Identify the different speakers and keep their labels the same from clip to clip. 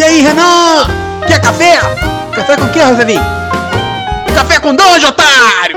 Speaker 1: E aí, Renan? Quer café? Café com o que, Rosalie? Café com dois, otário!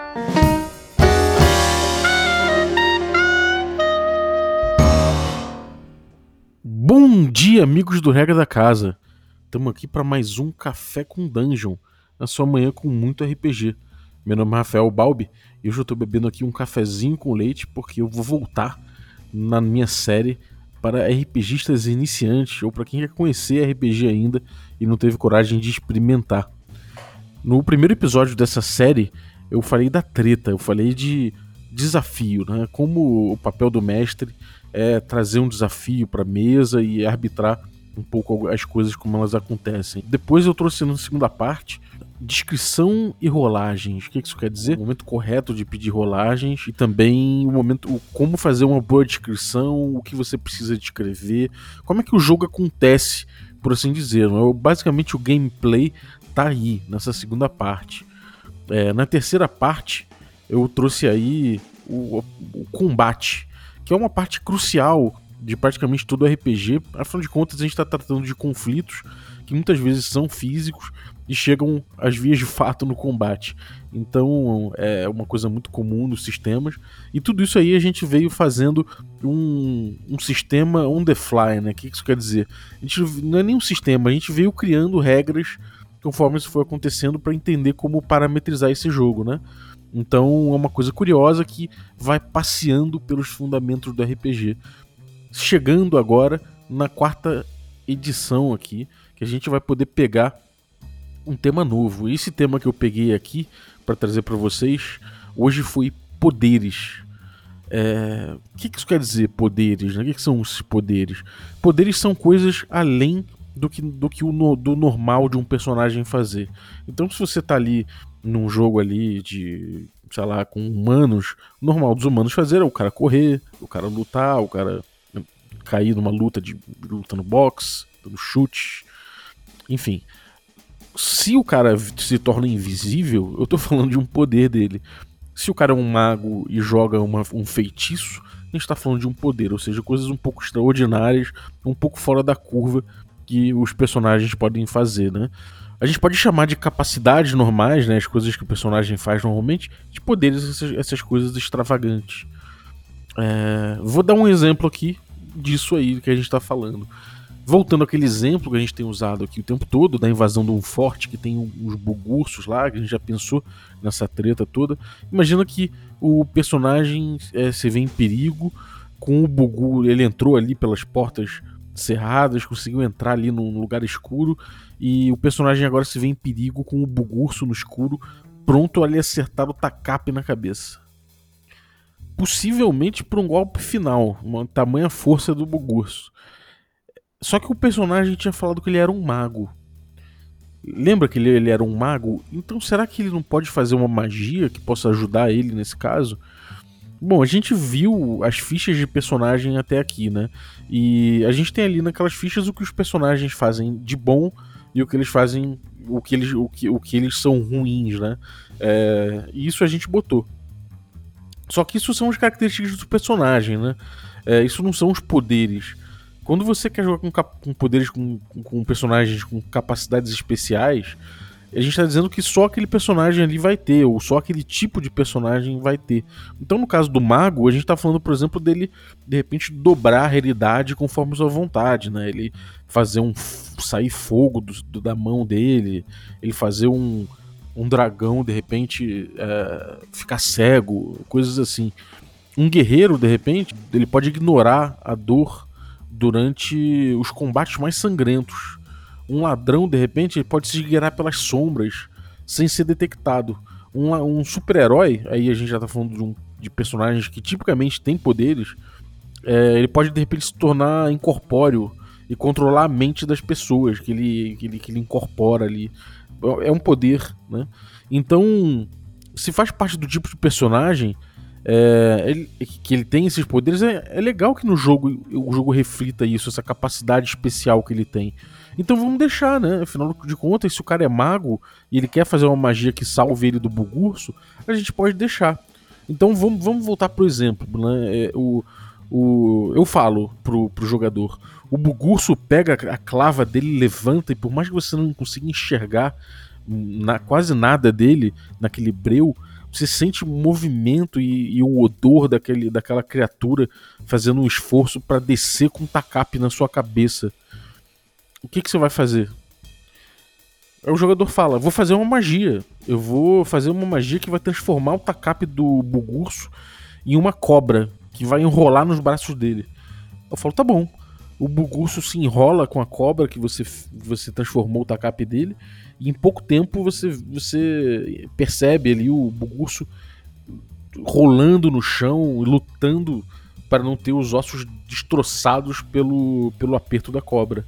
Speaker 2: Bom dia, amigos do Regra da Casa. Estamos aqui para mais um Café com Dungeon, na sua manhã com muito RPG. Meu nome é Rafael Balbi e hoje eu estou bebendo aqui um cafezinho com leite porque eu vou voltar na minha série para RPGistas iniciantes ou para quem quer conhecer RPG ainda e não teve coragem de experimentar. No primeiro episódio dessa série eu falei da treta, eu falei de desafio, né? Como o papel do mestre é trazer um desafio para a mesa e arbitrar um pouco as coisas como elas acontecem. Depois eu trouxe na segunda parte descrição e rolagens. O que isso quer dizer? O momento correto de pedir rolagens e também como fazer uma boa descrição, o que você precisa descrever, como é que o jogo acontece, por assim dizer. Basicamente o gameplay tá aí nessa segunda parte. Na terceira parte eu trouxe aí o combate, que é uma parte crucial de praticamente todo RPG. Afinal de contas, a gente está tratando de conflitos que muitas vezes são físicos e chegam às vias de fato no combate. Então é uma coisa muito comum nos sistemas. E tudo isso aí a gente veio fazendo um sistema on the fly, né? O que isso quer dizer? A gente não é nem um sistema, a gente veio criando regras conforme isso foi acontecendo para entender como parametrizar esse jogo, né? Então é uma coisa curiosa que vai passeando pelos fundamentos do RPG. Chegando agora na quarta edição aqui, que a gente vai poder pegar um tema novo. Esse tema que eu peguei aqui para trazer para vocês hoje foi poderes. O que isso quer dizer, poderes? Né? O que são os poderes? Poderes são coisas além do normal de um personagem fazer. Então, se você tá ali num jogo ali de, sei lá, com humanos, o normal dos humanos fazer é o cara correr, o cara lutar, o cara cair numa luta no boxe, no chute, enfim. Se o cara se torna invisível, eu tô falando de um poder dele. Se o cara é um mago e joga um feitiço, a gente tá falando de um poder, ou seja, coisas um pouco extraordinárias, um pouco fora da curva que os personagens podem fazer, né? A gente pode chamar de capacidades normais, né, as coisas que o personagem faz normalmente, de poderes, essas coisas extravagantes. Vou dar um exemplo aqui disso aí que a gente tá falando. Voltando àquele exemplo que a gente tem usado aqui o tempo todo, da invasão de um forte que tem uns bugursos lá, que a gente já pensou nessa treta toda. Imagina que o personagem se vê em perigo com o bugur, ele entrou ali pelas portas cerradas, conseguiu entrar ali num lugar escuro e o personagem agora se vê em perigo com o bugurso no escuro, pronto a lhe acertar o tacape na cabeça. Possivelmente por um golpe final, uma tamanha força do bugurso. Só que o personagem tinha falado que ele era um mago. Lembra que ele era um mago? Então será que ele não pode fazer uma magia que possa ajudar ele nesse caso? Bom, a gente viu as fichas de personagem até aqui, né? E a gente tem ali naquelas fichas o que os personagens fazem de bom e o que eles fazem, o que eles são ruins, né? E isso a gente botou. Só que isso são as características do personagem, né? Isso não são os poderes. Quando você quer jogar com poderes, com personagens com capacidades especiais, a gente está dizendo que só aquele personagem ali vai ter, ou só aquele tipo de personagem vai ter. Então, no caso do mago, a gente está falando, por exemplo, dele, de repente, dobrar a realidade conforme sua vontade, né? Ele fazer sair fogo da mão dele, ele fazer um dragão, de repente, ficar cego, coisas assim. Um guerreiro, de repente, ele pode ignorar a dor durante os combates mais sangrentos. Um ladrão, de repente, ele pode se esgueirar pelas sombras sem ser detectado. Um super-herói, aí a gente já tá falando de personagens que tipicamente têm poderes, ele pode, de repente, se tornar incorpóreo e controlar a mente das pessoas que ele incorpora ali. É um poder, né? Então, se faz parte do tipo de personagem que ele tem esses poderes, é legal que no jogo o jogo reflita isso, essa capacidade especial que ele tem. Então vamos deixar, né? Afinal de contas, se o cara é mago e ele quer fazer uma magia que salve ele do bugurso, a gente pode deixar. Então vamos voltar pro exemplo, né? Eu falo pro jogador, o Bugurso pega a clava dele, levanta, e por mais que você não consiga enxergar quase nada dele naquele breu, você sente o movimento e o odor daquela criatura fazendo um esforço para descer com um tacape na sua cabeça. O que você vai fazer? Aí o jogador fala, vou fazer uma magia. Eu vou fazer uma magia que vai transformar o tacape do Bugurso em uma cobra que vai enrolar nos braços dele. Eu falo, tá bom. O Bugurso se enrola com a cobra que você transformou o tacape dele, e em pouco tempo você percebe ali o Bugurso rolando no chão, lutando para não ter os ossos destroçados pelo aperto da cobra.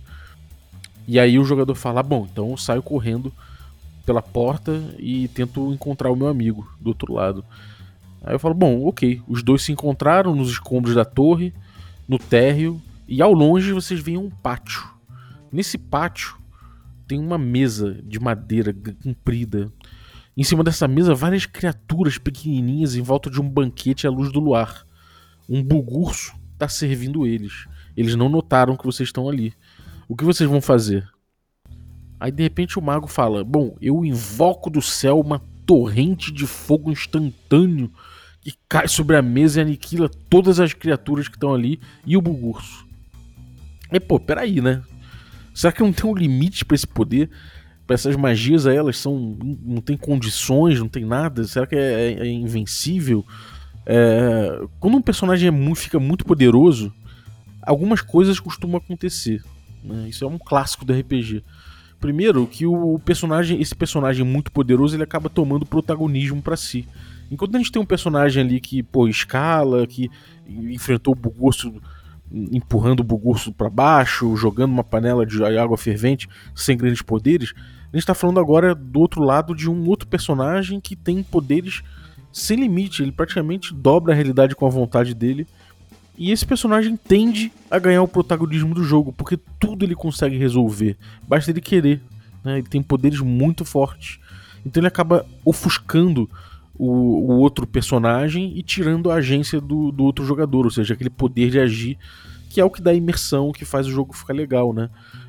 Speaker 2: E aí o jogador fala, bom, então eu saio correndo pela porta e tento encontrar o meu amigo do outro lado. Aí eu falo, bom, ok, os dois se encontraram nos escombros da torre, no térreo, e ao longe vocês veem um pátio. Nesse pátio tem uma mesa de madeira comprida. Em cima dessa mesa, várias criaturas pequenininhas em volta de um banquete à luz do luar. Um Bugurso está servindo eles. Eles não notaram que vocês estão ali. O que vocês vão fazer? Aí de repente o mago fala, bom, eu invoco do céu uma torrente de fogo instantâneo que cai sobre a mesa e aniquila todas as criaturas que estão ali e o Bugurso. E pô, peraí, né? Será que não tem um limite pra esse poder? Pra essas magias aí, elas não tem condições, não tem nada? Será que é invencível? Quando um personagem fica muito poderoso, algumas coisas costumam acontecer, né? Isso é um clássico do RPG. Primeiro, que esse personagem muito poderoso, ele acaba tomando protagonismo pra si. Enquanto a gente tem um personagem ali que, pô, escala, que enfrentou o Bugurso empurrando o Bugurso pra baixo, jogando uma panela de água fervente, sem grandes poderes, a gente tá falando agora do outro lado de um outro personagem que tem poderes sem limite. Ele praticamente dobra a realidade com a vontade dele. E esse personagem tende a ganhar o protagonismo do jogo, porque tudo ele consegue resolver, basta ele querer, né? Ele tem poderes muito fortes. Então ele acaba ofuscando o outro personagem e tirando a agência do outro jogador, ou seja, aquele poder de agir, que é o que dá imersão, que faz o jogo ficar legal, né?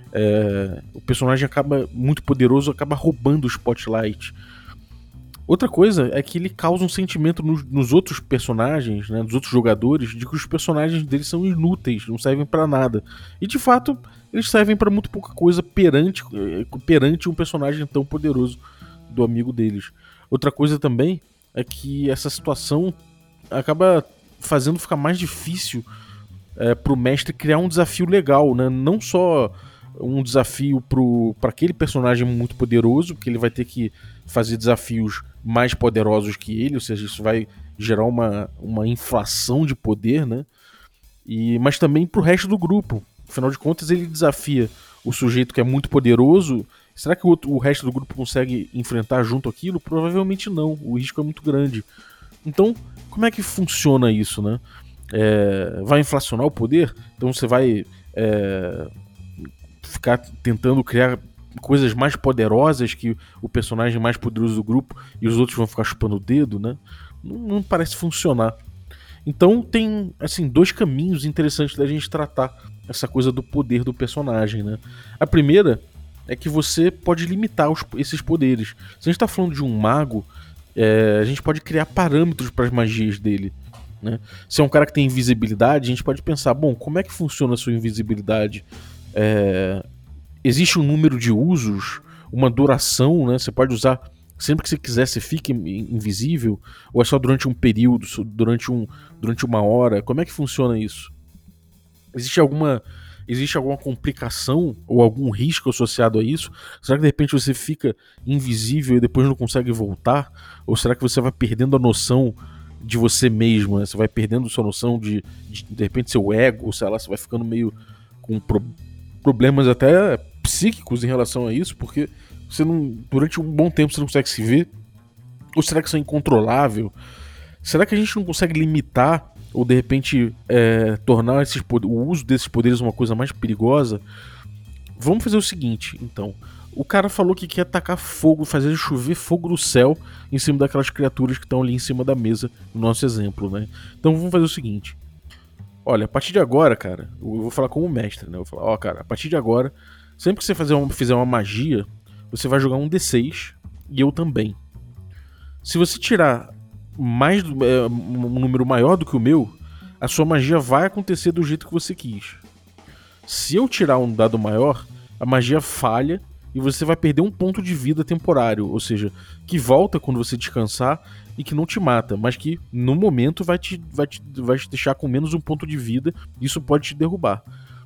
Speaker 2: O personagem acaba muito poderoso, acaba roubando o spotlight. Outra coisa é que ele causa um sentimento nos outros personagens, né, nos outros jogadores, de que os personagens deles são inúteis, não servem pra nada. E de fato, eles servem pra muito pouca coisa perante um personagem tão poderoso do amigo deles. Outra coisa também é que essa situação acaba fazendo ficar mais difícil pro mestre criar um desafio legal, né? Não só um desafio para aquele personagem muito poderoso, porque ele vai ter que fazer desafios mais poderosos que ele, ou seja, isso vai gerar uma inflação de poder, né? Mas também pro resto do grupo. Afinal de contas, ele desafia o sujeito que é muito poderoso. Será que o resto do grupo consegue enfrentar junto aquilo? Provavelmente não, o risco é muito grande. Então, como é que funciona isso, né? Vai inflacionar o poder? Então você vai ficar tentando criar coisas mais poderosas que o personagem mais poderoso do grupo e os outros vão ficar chupando o dedo, né? Não parece funcionar. Então tem, assim, dois caminhos interessantes da gente tratar essa coisa do poder do personagem, né? A primeira é que você pode limitar esses poderes. Se a gente tá falando de um mago, a gente pode criar parâmetros para as magias dele, né? Se é um cara que tem invisibilidade, a gente pode pensar, bom, como é que funciona a sua invisibilidade? Existe um número de usos, uma duração, né? Você pode usar sempre que você quiser, você fica invisível, ou é só durante um período, durante uma hora? Como é que funciona isso? Existe alguma complicação ou algum risco associado a isso? Será que de repente você fica invisível e depois não consegue voltar? Ou será que você vai perdendo a noção de você mesmo, né? Você vai perdendo sua noção de repente seu ego, sei lá, você vai ficando meio com problemas até psíquicos em relação a isso, porque você durante um bom tempo você não consegue se ver? Ou será que isso é incontrolável? Será que a gente não consegue limitar ou de repente tornar o uso desses poderes uma coisa mais perigosa? Vamos fazer o seguinte, então. O cara falou que quer atacar fogo, fazer chover fogo do céu em cima daquelas criaturas que estão ali em cima da mesa, no nosso exemplo, né? Então vamos fazer o seguinte. Olha, a partir de agora, cara, eu vou falar como mestre, né? Eu vou falar, ó, cara, a partir de agora, sempre que você fizer uma magia, você vai jogar um D6 e eu também. Se você tirar um número maior do que o meu, a sua magia vai acontecer do jeito que você quis. Se eu tirar um dado maior, a magia falha e você vai perder um ponto de vida temporário, ou seja, que volta quando você descansar e que não te mata, mas que no momento vai te deixar com menos um ponto de vida, e isso pode te derrubar.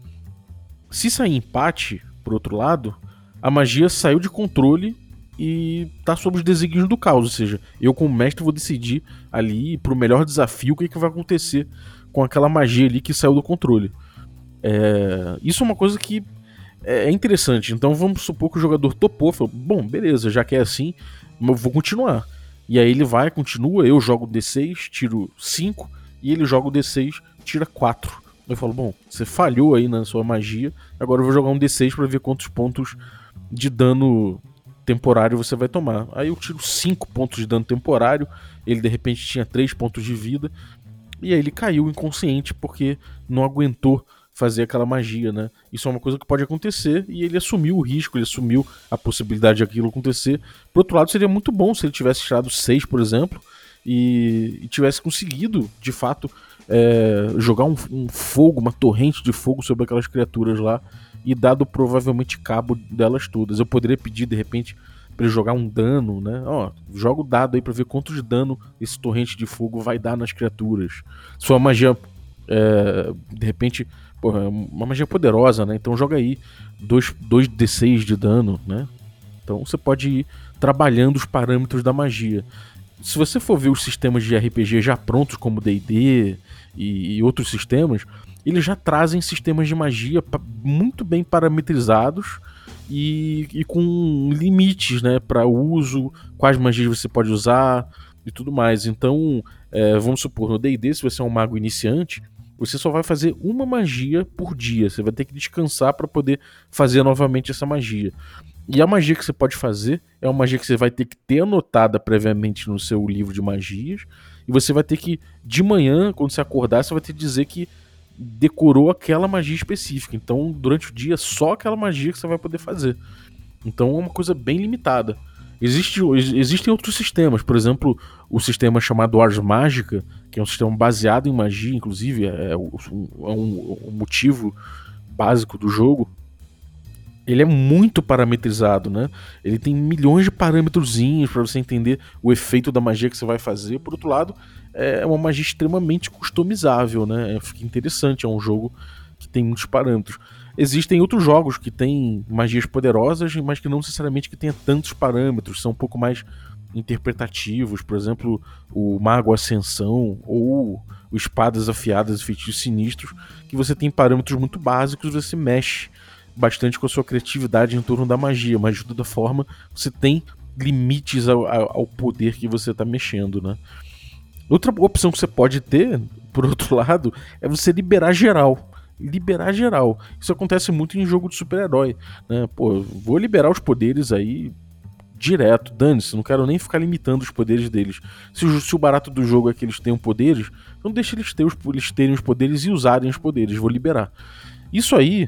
Speaker 2: Se sair empate, por outro lado, a magia saiu de controle e tá sob os desígnios do caos, ou seja, eu como mestre vou decidir ali pro melhor desafio o que vai acontecer com aquela magia ali que saiu do controle. Isso é uma coisa que é interessante. Então vamos supor que o jogador topou, falou, bom, beleza, já que é assim, eu vou continuar. E aí ele vai, continua, eu jogo D6, tiro 5, e ele joga o D6, tira 4. Eu falo, bom, você falhou aí na sua magia, agora eu vou jogar um D6 pra ver quantos pontos de dano temporário você vai tomar. Aí eu tiro 5 pontos de dano temporário, ele de repente tinha 3 pontos de vida, e aí ele caiu inconsciente porque não aguentou fazer aquela magia, né? Isso é uma coisa que pode acontecer e ele assumiu o risco, ele assumiu a possibilidade de aquilo acontecer. Por outro lado, seria muito bom se ele tivesse tirado 6, por exemplo, e tivesse conseguido, de fato, jogar um fogo, uma torrente de fogo sobre aquelas criaturas lá e dado provavelmente cabo delas todas. Eu poderia pedir, de repente, pra ele jogar um dano, né? Ó, joga o dado aí pra ver quanto de dano esse torrente de fogo vai dar nas criaturas. Sua magia, de repente, porra, é uma magia poderosa, né? Então joga aí 2d6 de dano, né? Então você pode ir trabalhando os parâmetros da magia. Se você for ver os sistemas de RPG já prontos, como D&D e outros sistemas, eles já trazem sistemas de magia muito bem parametrizados e com limites, né, para uso, quais magias você pode usar e tudo mais. Então, vamos supor, no D&D, se você é um mago iniciante, você só vai fazer uma magia por dia. Você vai ter que descansar para poder fazer novamente essa magia. E a magia que você pode fazer é uma magia que você vai ter que ter anotada previamente no seu livro de magias. E você vai ter que, de manhã, quando você acordar, você vai ter que dizer que decorou aquela magia específica. Então, durante o dia, só aquela magia que você vai poder fazer. Então, é uma coisa bem limitada. Existem outros sistemas, por exemplo, o sistema chamado Ars Magica, que é um sistema baseado em magia, inclusive, é um motivo básico do jogo. Ele é muito parametrizado, né? Ele tem milhões de parâmetrozinhos para você entender o efeito da magia que você vai fazer. Por outro lado, é uma magia extremamente customizável, né? Fica interessante, é um jogo que tem muitos parâmetros. Existem outros jogos que têm magias poderosas, mas que não necessariamente que tenha tantos parâmetros, são um pouco mais interpretativos, por exemplo, o Mago Ascensão ou o Espadas Afiadas e Feitiços Sinistros, que você tem parâmetros muito básicos, você mexe bastante com a sua criatividade em torno da magia, mas de toda forma você tem limites ao poder que você está mexendo, né? Outra opção que você pode ter, por outro lado, é você liberar geral. Liberar geral. Isso acontece muito em jogo de super-herói, né? Pô, vou liberar os poderes aí direto, dane-se, não quero nem ficar limitando os poderes deles. Se o barato do jogo é que eles tenham poderes, então deixa eles terem os poderes e usarem os poderes, vou liberar. Isso aí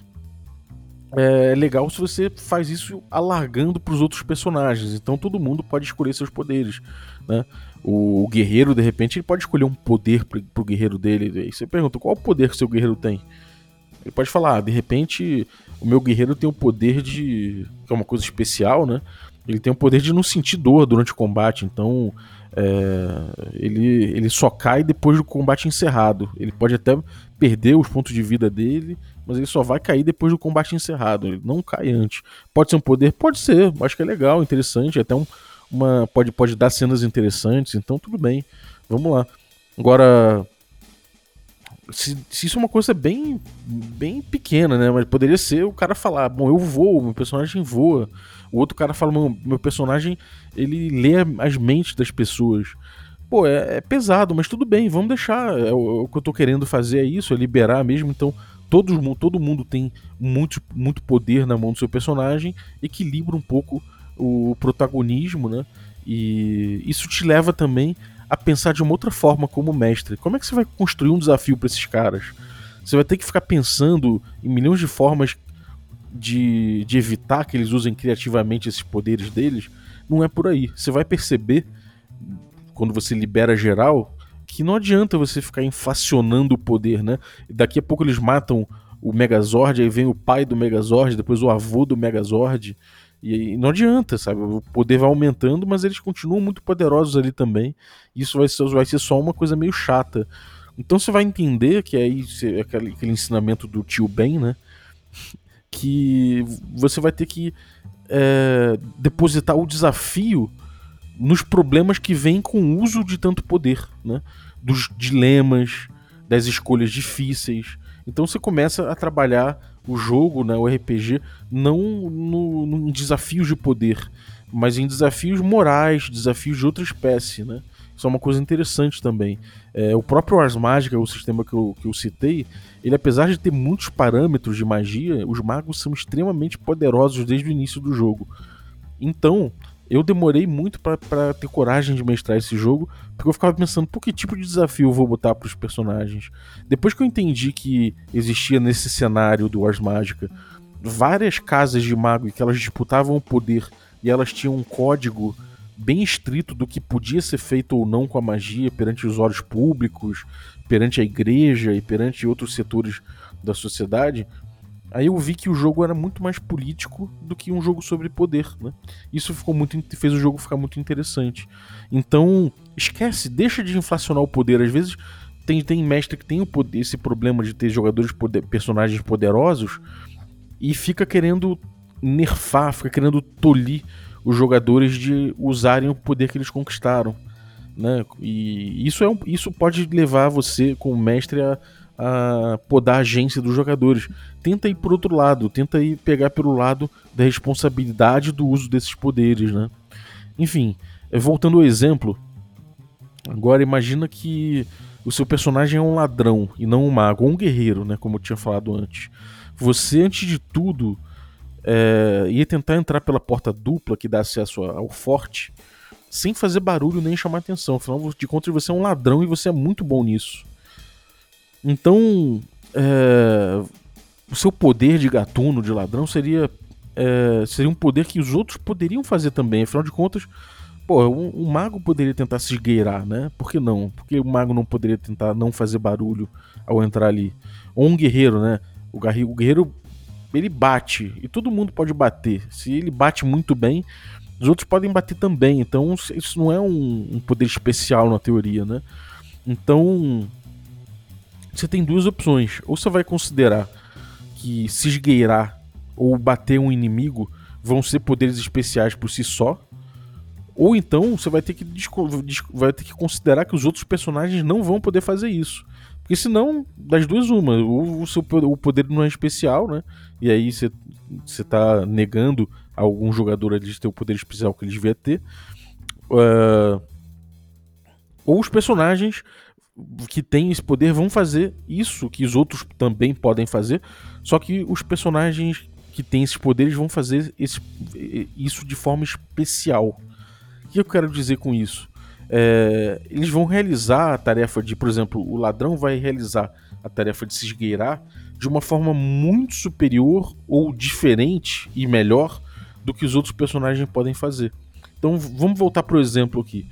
Speaker 2: é legal se você faz isso alargando para os outros personagens. Então todo mundo pode escolher seus poderes, né? O guerreiro, de repente, ele pode escolher um poder pro guerreiro dele. Aí você pergunta, qual o poder que o seu guerreiro tem? Ele pode falar, de repente, o meu guerreiro tem o poder de... que é uma coisa especial, né? Ele tem o poder de não sentir dor durante o combate. Então, ele só cai depois do combate encerrado. Ele pode até perder os pontos de vida dele, mas ele só vai cair depois do combate encerrado. Ele não cai antes. Pode ser um poder? Pode ser. Acho que é legal, interessante. Até pode dar cenas interessantes. Então, tudo bem. Vamos lá. Agora... Se isso é uma coisa bem pequena, né? Mas poderia ser o cara falar, bom, eu voo, meu personagem voa. O outro cara fala, meu personagem, ele lê as mentes das pessoas. Pô, é pesado, mas tudo bem, vamos deixar. O que eu tô querendo fazer é isso, é liberar mesmo. Então, todo mundo tem muito poder na mão do seu personagem, equilibra um pouco o protagonismo, né? E isso te leva também a pensar de uma outra forma como mestre. Como é que você vai construir um desafio para esses caras? Você vai ter que ficar pensando em milhões de formas de evitar que eles usem criativamente esses poderes deles. Não é por aí. Você vai perceber, quando você libera geral, que não adianta você ficar inflacionando o poder, né? Daqui a pouco eles matam o Megazord, aí vem o pai do Megazord, depois o avô do Megazord, e não adianta, sabe? O poder vai aumentando, mas eles continuam muito poderosos ali também. Isso vai ser só uma coisa meio chata. Então você vai entender que aí aquele ensinamento do tio Ben, né? Que você vai ter que depositar o desafio nos problemas que vêm com o uso de tanto poder, né? Dos dilemas, das escolhas difíceis. Então você começa a trabalhar o jogo, né, o RPG, não em desafios de poder, mas em desafios morais, desafios de outra espécie, né? Isso é uma coisa interessante também. O próprio Ars Magica, o sistema que eu citei, ele, apesar de ter muitos parâmetros de magia, os magos são extremamente poderosos desde o início do jogo. Então, eu demorei muito pra ter coragem de mestrar esse jogo, porque eu ficava pensando, por que tipo de desafio eu vou botar pros personagens? Depois que eu entendi que existia nesse cenário do Ars Magica várias casas de mago e que elas disputavam o poder e elas tinham um código bem estrito do que podia ser feito ou não com a magia perante os olhos públicos, perante a igreja e perante outros setores da sociedade, aí eu vi que o jogo era muito mais político do que um jogo sobre poder, né? Isso fez o jogo ficar muito interessante. Então, esquece, deixa de inflacionar o poder. Às vezes tem mestre que tem esse problema de ter personagens poderosos e fica querendo nerfar, fica querendo tolir os jogadores de usarem o poder que eles conquistaram, né? E isso pode levar você, como mestre, a podar a agência dos jogadores. Tenta ir por outro lado, tenta ir pegar pelo lado da responsabilidade do uso desses poderes, né? Enfim, voltando ao exemplo, agora imagina que o seu personagem é um ladrão e não um mago, ou um guerreiro, né? Como eu tinha falado antes. Você, antes de tudo, ia tentar entrar pela porta dupla que dá acesso ao forte, sem fazer barulho nem chamar atenção. Afinal de contas, você é um ladrão e você é muito bom nisso. Então, o seu poder de gatuno, de ladrão, seria um poder que os outros poderiam fazer também. Afinal de contas, um mago poderia tentar se esgueirar, né? Por que não? Por que o mago não poderia tentar não fazer barulho ao entrar ali? Ou um guerreiro, né? O guerreiro, ele bate, e todo mundo pode bater. Se ele bate muito bem, os outros podem bater também. Então isso não é um poder especial na teoria, né? Então você tem duas opções. Ou você vai considerar que se esgueirar ou bater um inimigo vão ser poderes especiais por si só, ou então você vai ter que considerar que os outros personagens não vão poder fazer isso. Porque senão, das duas uma, ou o poder não é especial, né? E aí você tá negando a algum jogador ali de ter o poder especial que ele devia ter. Ou os personagens que têm esse poder vão fazer isso que os outros também podem fazer, só que os personagens que têm esses poderes vão fazer isso de forma especial. O que eu quero dizer com isso? Eles vão realizar a tarefa de, por exemplo, o ladrão vai realizar a tarefa de se esgueirar de uma forma muito superior ou diferente e melhor do que os outros personagens podem fazer. Então vamos voltar pro exemplo aqui.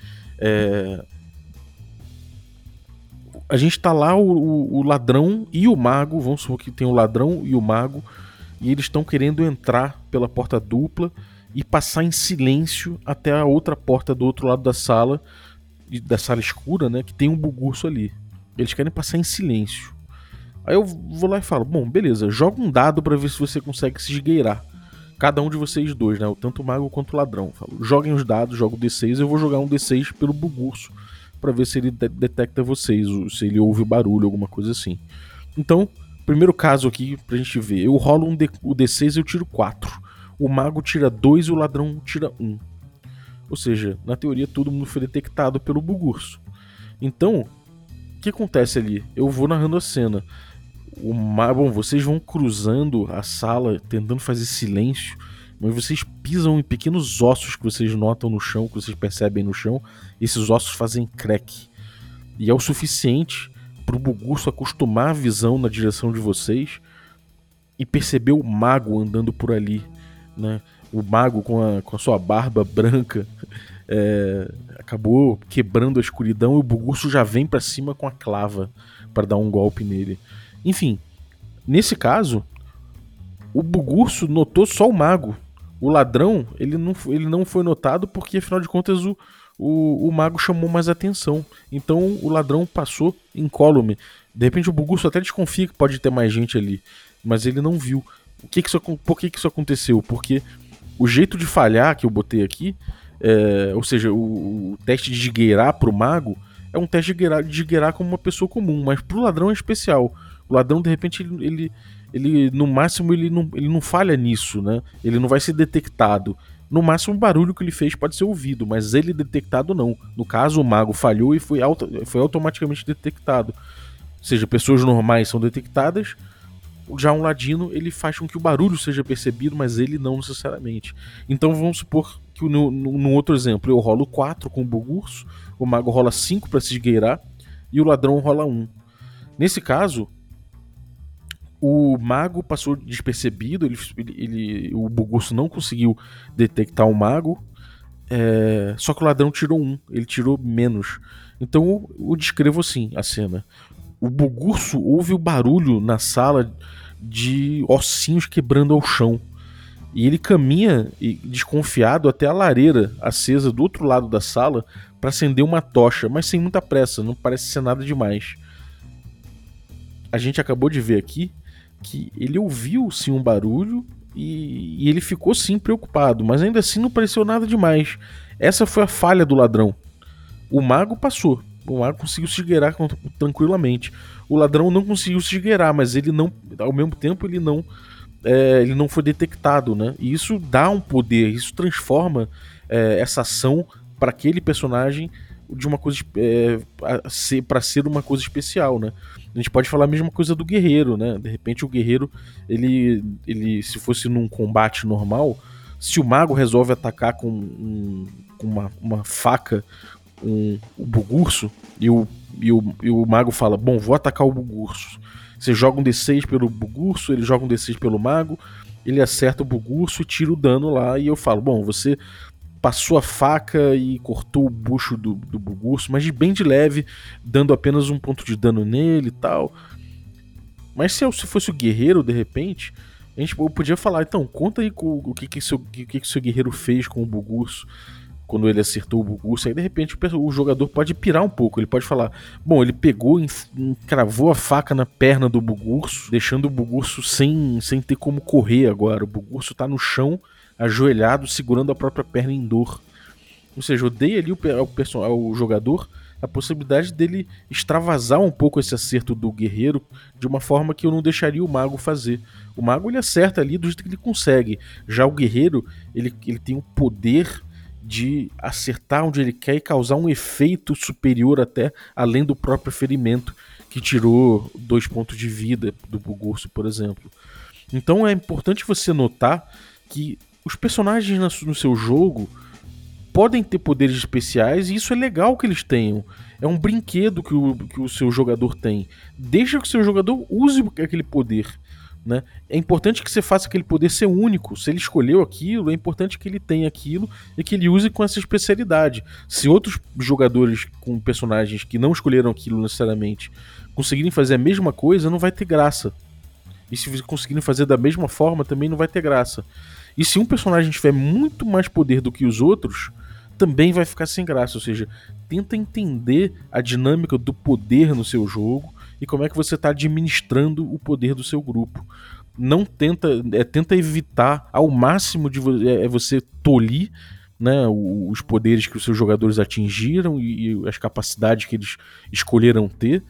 Speaker 2: A gente tá lá, o ladrão e o mago, vamos supor que tem o ladrão e o mago, e eles estão querendo entrar pela porta dupla e passar em silêncio até a outra porta do outro lado da sala escura, né, que tem um bugurso ali. Eles querem passar em silêncio. Aí eu vou lá e falo, bom, beleza, joga um dado pra ver se você consegue se esgueirar. Cada um de vocês dois, né, tanto o mago quanto o ladrão. Falo, joguem os dados, joga o D6, eu vou jogar um D6 pelo bugurso pra ver se ele detecta vocês, se ele ouve barulho, alguma coisa assim. Então, primeiro caso aqui pra gente ver, eu rolo o D6 e eu tiro 4. O mago tira 2 e o ladrão tira 1. Ou seja, na teoria todo mundo foi detectado pelo bugurso. Então, o que acontece ali? Eu vou narrando a cena. Vocês vão cruzando a sala, tentando fazer silêncio, mas vocês pisam em pequenos ossos que vocês notam no chão, que vocês percebem no chão. E esses ossos fazem crack. E é o suficiente pro Bugurso acostumar a visão na direção de vocês e perceber o mago andando por ali, né? O mago com a sua barba branca acabou quebrando a escuridão e o Bugurso já vem pra cima com a clava para dar um golpe nele. Enfim, nesse caso, o Bugurso notou só o mago. O ladrão, ele não foi notado porque, afinal de contas, o mago chamou mais atenção. Então o ladrão passou incólume. De repente o Bugurso até desconfia que pode ter mais gente ali, mas ele não viu. Por que isso aconteceu? Porque o jeito de falhar que eu botei aqui, ou seja, o teste de esgueirar pro mago, é um teste de esgueirar como uma pessoa comum, mas pro ladrão é especial. O ladrão, de repente, ele no máximo, ele não falha nisso, né? Ele não vai ser detectado. No máximo, o barulho que ele fez pode ser ouvido, mas ele detectado não. No caso, o mago falhou e foi automaticamente detectado. Ou seja, pessoas normais são detectadas, já um ladino, ele faz com que o barulho seja percebido, mas ele não necessariamente. Então vamos supor que no outro exemplo eu rolo 4 com o Bugurso, o mago rola 5 para se esgueirar e o ladrão rola 1. Nesse caso, o mago passou despercebido, o Bugurso não conseguiu detectar o mago, só que o ladrão tirou 1, ele tirou menos. Então eu descrevo assim a cena. O Bugurso ouve o barulho na sala de ossinhos quebrando ao chão. E ele caminha desconfiado até a lareira acesa do outro lado da sala para acender uma tocha, mas sem muita pressa, não parece ser nada demais. A gente acabou de ver aqui que ele ouviu sim um barulho e ele ficou sim preocupado, mas ainda assim não pareceu nada demais. Essa foi a falha do ladrão. O mago passou. O mago conseguiu se esgueirar tranquilamente. O ladrão não conseguiu se esgueirar, mas ele não, ao mesmo tempo, ele não foi detectado, né? E isso dá um poder, isso transforma essa ação para aquele personagem de uma coisa para ser uma coisa especial, né? A gente pode falar a mesma coisa do guerreiro, né? De repente o guerreiro, ele se fosse num combate normal, se o mago resolve atacar com uma faca o Bugurso e o mago fala, bom, vou atacar o Bugurso. Você joga um D6 pelo Bugurso, ele joga um D6 pelo mago, ele acerta o Bugurso e tira o dano lá, e eu falo, bom, você passou a faca e cortou o bucho do Bugurso, mas bem de leve, dando apenas 1 ponto de dano nele e tal. Mas se fosse o guerreiro, de repente, eu podia falar, então, conta aí o que seu guerreiro fez com o Bugurso quando ele acertou o Bugurso. Aí de repente o jogador pode pirar um pouco. Ele pode falar, bom, ele pegou, cravou a faca na perna do Bugurso, deixando o Bugurso sem ter como correr agora. O Bugurso tá no chão, ajoelhado, segurando a própria perna em dor. Ou seja, eu dei ali ao jogador a possibilidade dele extravasar um pouco esse acerto do guerreiro de uma forma que eu não deixaria o mago fazer. O mago, ele acerta ali do jeito que ele consegue. Já o guerreiro, ele tem o poder de acertar onde ele quer e causar um efeito superior até além do próprio ferimento que tirou 2 pontos de vida do Bugurso, por exemplo. Então é importante você notar que os personagens no seu jogo podem ter poderes especiais e isso é legal que eles tenham. É um brinquedo que o seu jogador tem. Deixa que o seu jogador use aquele poder, né? É importante que você faça aquele poder ser único. Se ele escolheu aquilo, é importante que ele tenha aquilo e que ele use com essa especialidade. Se outros jogadores com personagens que não escolheram aquilo necessariamente conseguirem fazer a mesma coisa, não vai ter graça. E se conseguirem fazer da mesma forma, também não vai ter graça. E se um personagem tiver muito mais poder do que os outros, também vai ficar sem graça. Ou seja, tenta entender a dinâmica do poder no seu jogo e como é que você está administrando o poder do seu grupo. Não tenta evitar ao máximo de você tolir, né, os poderes que os seus jogadores atingiram e as capacidades que eles escolheram ter.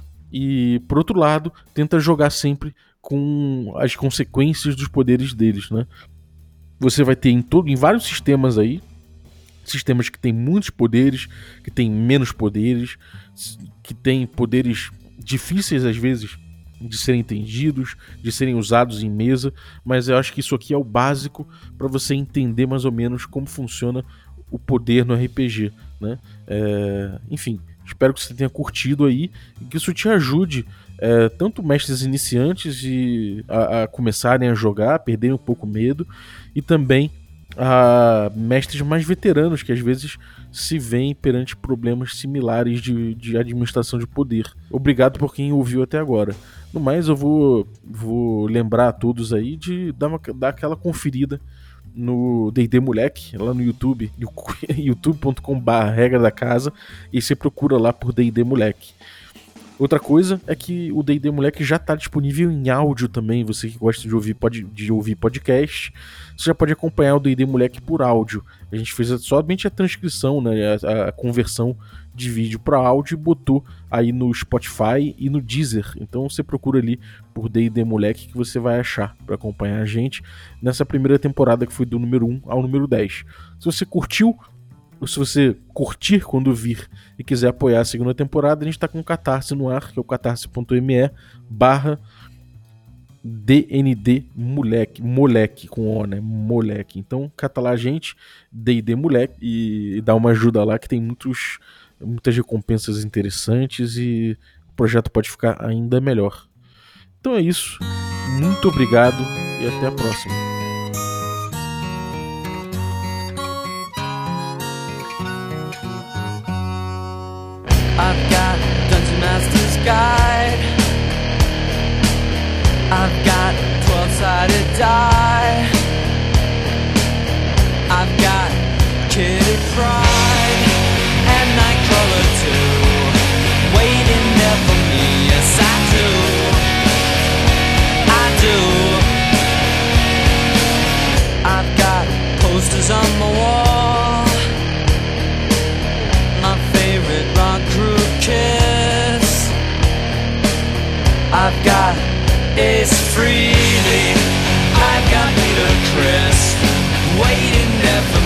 Speaker 2: E, por outro lado, tenta jogar sempre com as consequências dos poderes deles, né? Você vai ter em vários sistemas aí, sistemas que tem muitos poderes, que tem menos poderes, que tem poderes difíceis às vezes de serem entendidos, de serem usados em mesa, mas eu acho que isso aqui é o básico para você entender mais ou menos como funciona o poder no RPG, né? Enfim, Espero que você tenha curtido aí e que isso te ajude, tanto mestres iniciantes a começarem a jogar, a perderem um pouco o medo, e também a mestres mais veteranos que às vezes se veem perante problemas similares de administração de poder. Obrigado por quem ouviu até agora. No mais, eu vou lembrar a todos aí de dar aquela conferida no D&D Moleque, lá no YouTube, youtube.com/regra da casa, e você procura lá por D&D Moleque. Outra coisa é que o D&D Moleque já está disponível em áudio também. Você que gosta de ouvir podcast, você já pode acompanhar o D&D Moleque por áudio. A gente fez somente a transcrição, né, a conversão de vídeo para áudio e botou aí no Spotify e no Deezer. Então você procura ali por D&D Moleque que você vai achar para acompanhar a gente nessa primeira temporada, que foi do número 1 ao número 10. Se você curtiu, ou se você curtir quando vir e quiser apoiar a segunda temporada, a gente tá com o Catarse no ar, que é o catarse.me/DND Moleque, com O, né? Moleque. Então, cata lá a gente, D&D Moleque, e dá uma ajuda lá, que tem muitas recompensas interessantes e o projeto pode ficar ainda melhor. Então é isso. Muito obrigado e até a próxima.
Speaker 3: I've got Dungeon Master's Guide. I've got 12-sided die. I've got Kitty Pryde and Nightcrawler too, waiting there for me. Yes, I do. I've got posters on the wall, my favorite rock group Kiss. I've got Ace Frehley, I've got Peter Criss, waiting there for